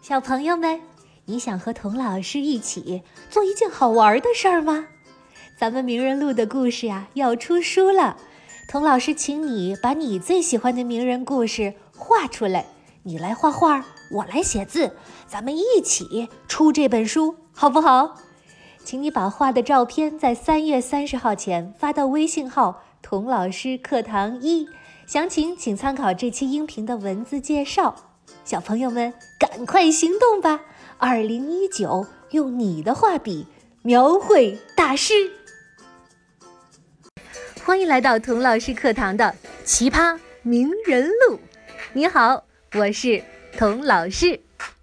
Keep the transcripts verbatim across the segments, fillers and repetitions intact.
小朋友们，你想和童老师一起做一件好玩的事儿吗？咱们名人录的故事呀、啊、要出书了，童老师请你把你最喜欢的名人故事画出来，你来画画，我来写字，咱们一起出这本书，好不好？请你把画的照片在三月三十号前发到微信号童老师课堂一，详情请参考这期音频的文字介绍。小朋友们赶快行动吧，二零一九用你的画笔描绘大师。欢迎来到童老师课堂的奇葩名人录。你好，我是童老师。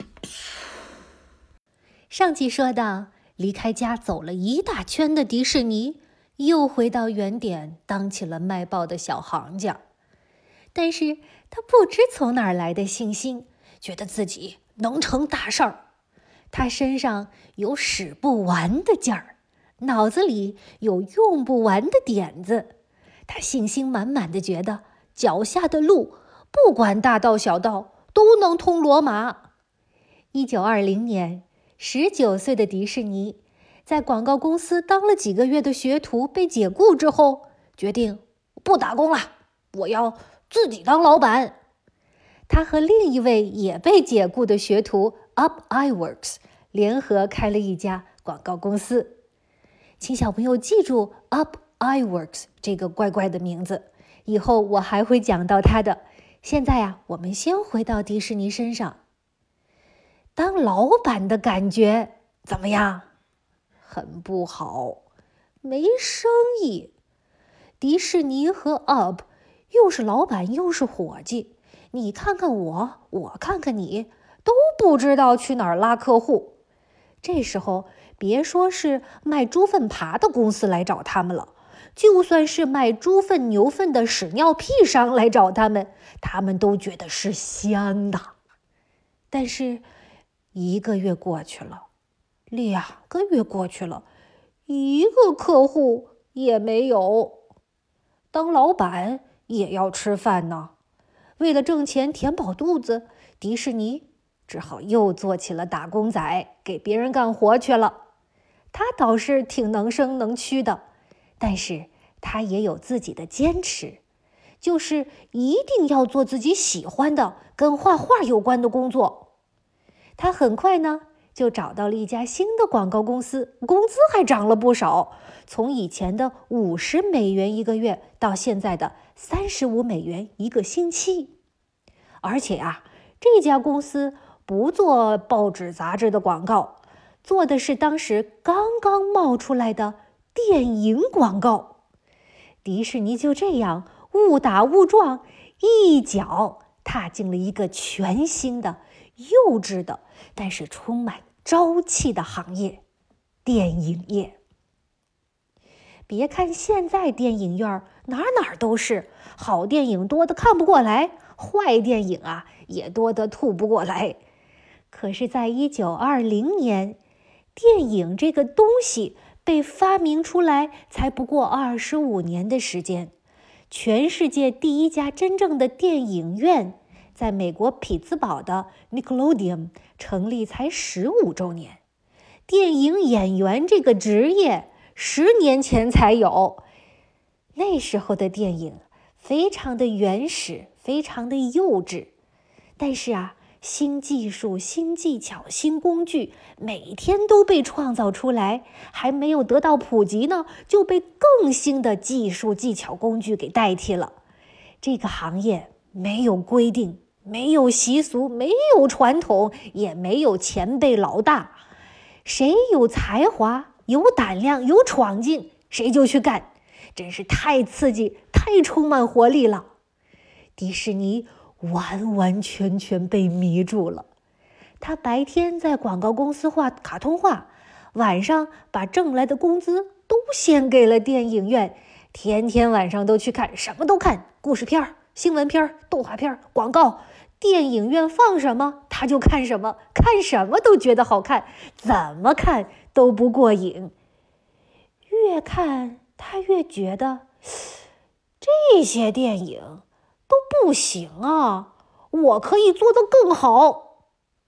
上集说到，离开家走了一大圈的迪士尼又回到原点当起了卖报的小行家。但是他不知从哪儿来的信心，觉得自己能成大事儿。他身上有使不完的劲儿，脑子里有用不完的点子。他信心满满的觉得脚下的路不管大道小道都能通罗马。一九二零年，十九岁的迪士尼在广告公司当了几个月的学徒被解雇之后，决定不打工了，我要自己当老板。他和另一位也被解雇的学徒 Up Iwerks 联合开了一家广告公司。请小朋友记住 Up Iwerks 这个怪怪的名字，以后我还会讲到他的。现在呀、啊，我们先回到迪士尼身上。当老板的感觉怎么样？很不好，没生意。迪士尼和 Up 又是老板又是伙计，你看看我，我看看你，都不知道去哪儿拉客户。这时候别说是卖猪粪爬的公司来找他们了，就算是卖猪粪牛粪的屎尿屁商来找他们，他们都觉得是香的。但是一个月过去了，两个月过去了，一个客户也没有。当老板也要吃饭呢，为了挣钱填饱肚子，迪士尼只好又做起了打工仔，给别人干活去了。他倒是挺能声能屈的，但是他也有自己的坚持，就是一定要做自己喜欢的跟画画有关的工作。他很快呢就找到了一家新的广告公司，工资还涨了不少，从以前的五十美元一个月到现在的三十五美元一个星期。而且啊，这家公司不做报纸杂志的广告，做的是当时刚刚冒出来的电影广告。迪士尼就这样误打误撞，一脚踏进了一个全新的幼稚的但是充满朝气的行业——电影业。别看现在电影院哪哪都是，好电影多得看不过来，坏电影啊也多得吐不过来。可是在一九二零年，电影这个东西被发明出来才不过二十五年的时间，全世界第一家真正的电影院在美国匹兹堡的 Nickelodeon 成立才十五周年。电影演员这个职业十年前才有。那时候的电影非常的原始，非常的幼稚，但是啊，新技术、新技巧、新工具每天都被创造出来，还没有得到普及呢，就被更新的技术、技巧、工具给代替了。这个行业没有规定，没有习俗，没有传统，也没有前辈老大，谁有才华、有胆量、有闯劲，谁就去干，真是太刺激，太充满活力了。迪士尼完完全全被迷住了。他白天在广告公司画卡通画，晚上把挣来的工资都献给了电影院，天天晚上都去看，什么都看，故事片、新闻片、动画片、广告，电影院放什么他就看什么，看什么都觉得好看，怎么看都不过瘾。越看他越觉得这些电影都不行啊，我可以做得更好。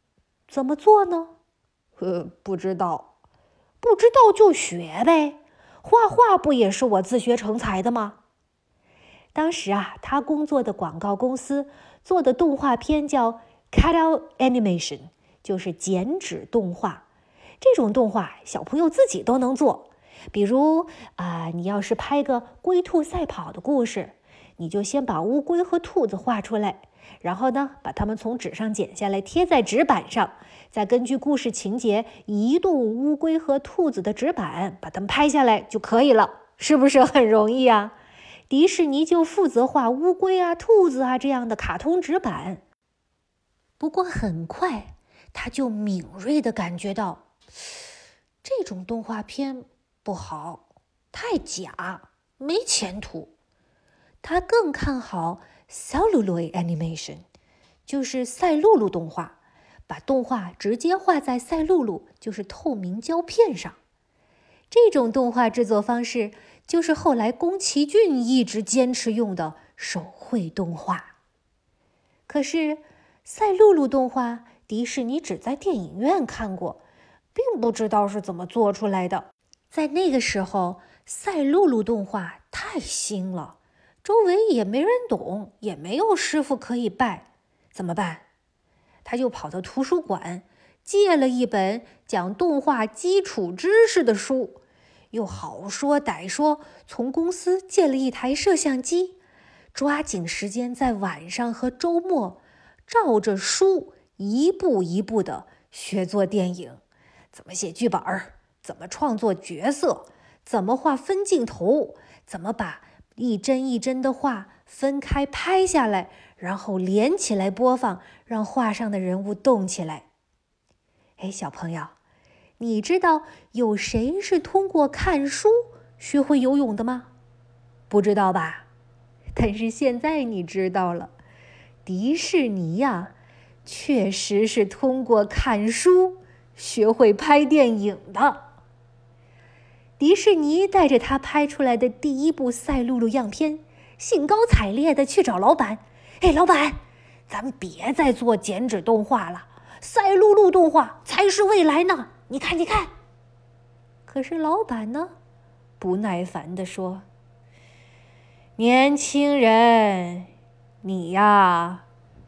怎么做呢？呃，不知道。不知道就学呗，画画不也是我自学成才的吗？当时啊，他工作的广告公司做的动画片叫 cutout animation， 就是剪纸动画。这种动画小朋友自己都能做。比如啊、呃，你要是拍个龟兔赛跑的故事，你就先把乌龟和兔子画出来，然后呢，把它们从纸上剪下来贴在纸板上，再根据故事情节移动乌龟和兔子的纸板，把它们拍下来就可以了，是不是很容易啊？迪士尼就负责画乌龟啊、兔子啊这样的卡通纸板。不过很快，他就敏锐地感觉到，这种动画片不好，太假，没前途。他更看好 celluloid animation， 就是赛璐璐动画，把动画直接画在赛璐璐，就是透明胶片上。这种动画制作方式就是后来宫崎骏一直坚持用的手绘动画。可是赛璐璐动画，迪士尼只在电影院看过，并不知道是怎么做出来的。在那个时候，赛璐璐动画太新了，周围也没人懂，也没有师傅可以拜，怎么办？他就跑到图书馆，借了一本讲动画基础知识的书，又好说歹说，从公司借了一台摄像机，抓紧时间在晚上和周末，照着书一步一步地学做电影，怎么写剧本，怎么创作角色，怎么画分镜头，怎么把一帧一帧的画分开拍下来，然后连起来播放，让画上的人物动起来。哎，小朋友，你知道有谁是通过看书学会游泳的吗？不知道吧？但是现在你知道了，迪士尼呀，确实是通过看书学会拍电影的。迪士尼带着他拍出来的第一部赛璐璐样片，兴高采烈地去找老板。哎，老板，咱们别再做剪纸动画了，赛璐璐动画才是未来呢，你看你看。可是老板呢，不耐烦地说，年轻人，你呀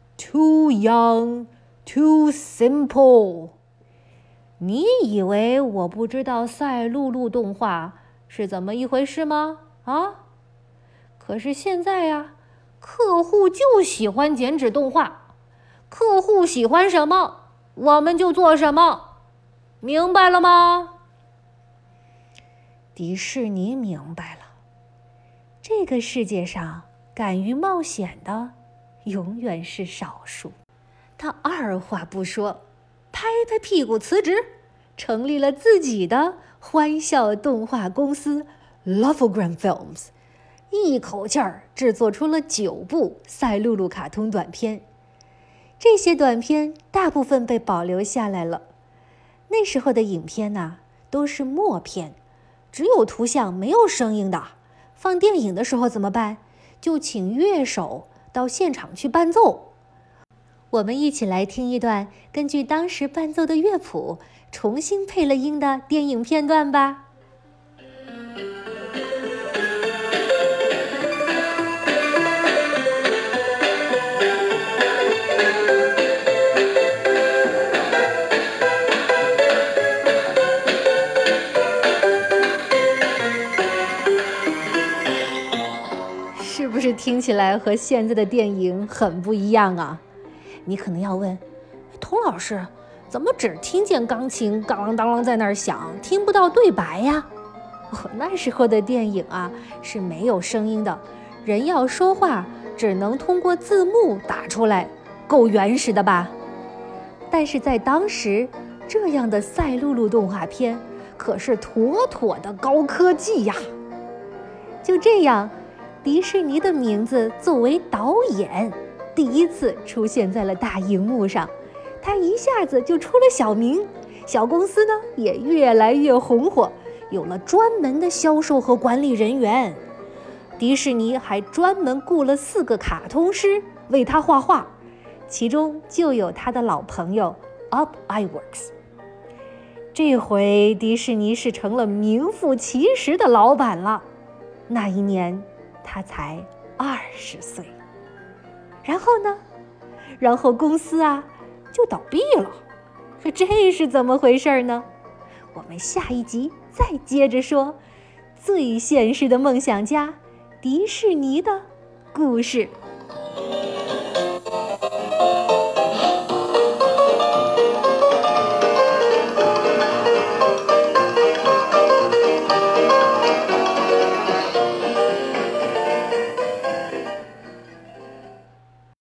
too young, too simple。你以为我不知道赛璐璐动画是怎么一回事吗？啊！可是现在呀，客户就喜欢剪纸动画，客户喜欢什么，我们就做什么，明白了吗？迪士尼明白了，这个世界上敢于冒险的永远是少数。他二话不说，拍拍屁股辞职，成立了自己的欢笑动画公司 Lovegram Films， 一口气儿制作出了九部赛璐璐卡通短片。这些短片大部分被保留下来了。那时候的影片呢、啊，都是默片，只有图像没有声音的。放电影的时候怎么办？就请乐手到现场去伴奏。我们一起来听一段根据当时伴奏的乐谱重新配了音的电影片段吧。是不是听起来和现在的电影很不一样啊？你可能要问，童老师，怎么只听见钢琴当啷当啷在那儿响，听不到对白呀？哦，那时候的电影啊是没有声音的，人要说话只能通过字幕打出来，够原始的吧？但是在当时，这样的赛璐璐动画片可是妥妥的高科技呀！就这样，迪士尼的名字作为导演第一次出现在了大荧幕上，他一下子就出了小名，小公司呢也越来越红火，有了专门的销售和管理人员。迪士尼还专门雇了四个卡通师为他画画，其中就有他的老朋友 up iWorks。这回迪士尼是成了名副其实的老板了。那一年他才二十岁。然后呢？然后公司啊就倒闭了。这是怎么回事呢？我们下一集再接着说最现实的梦想家迪士尼的故事。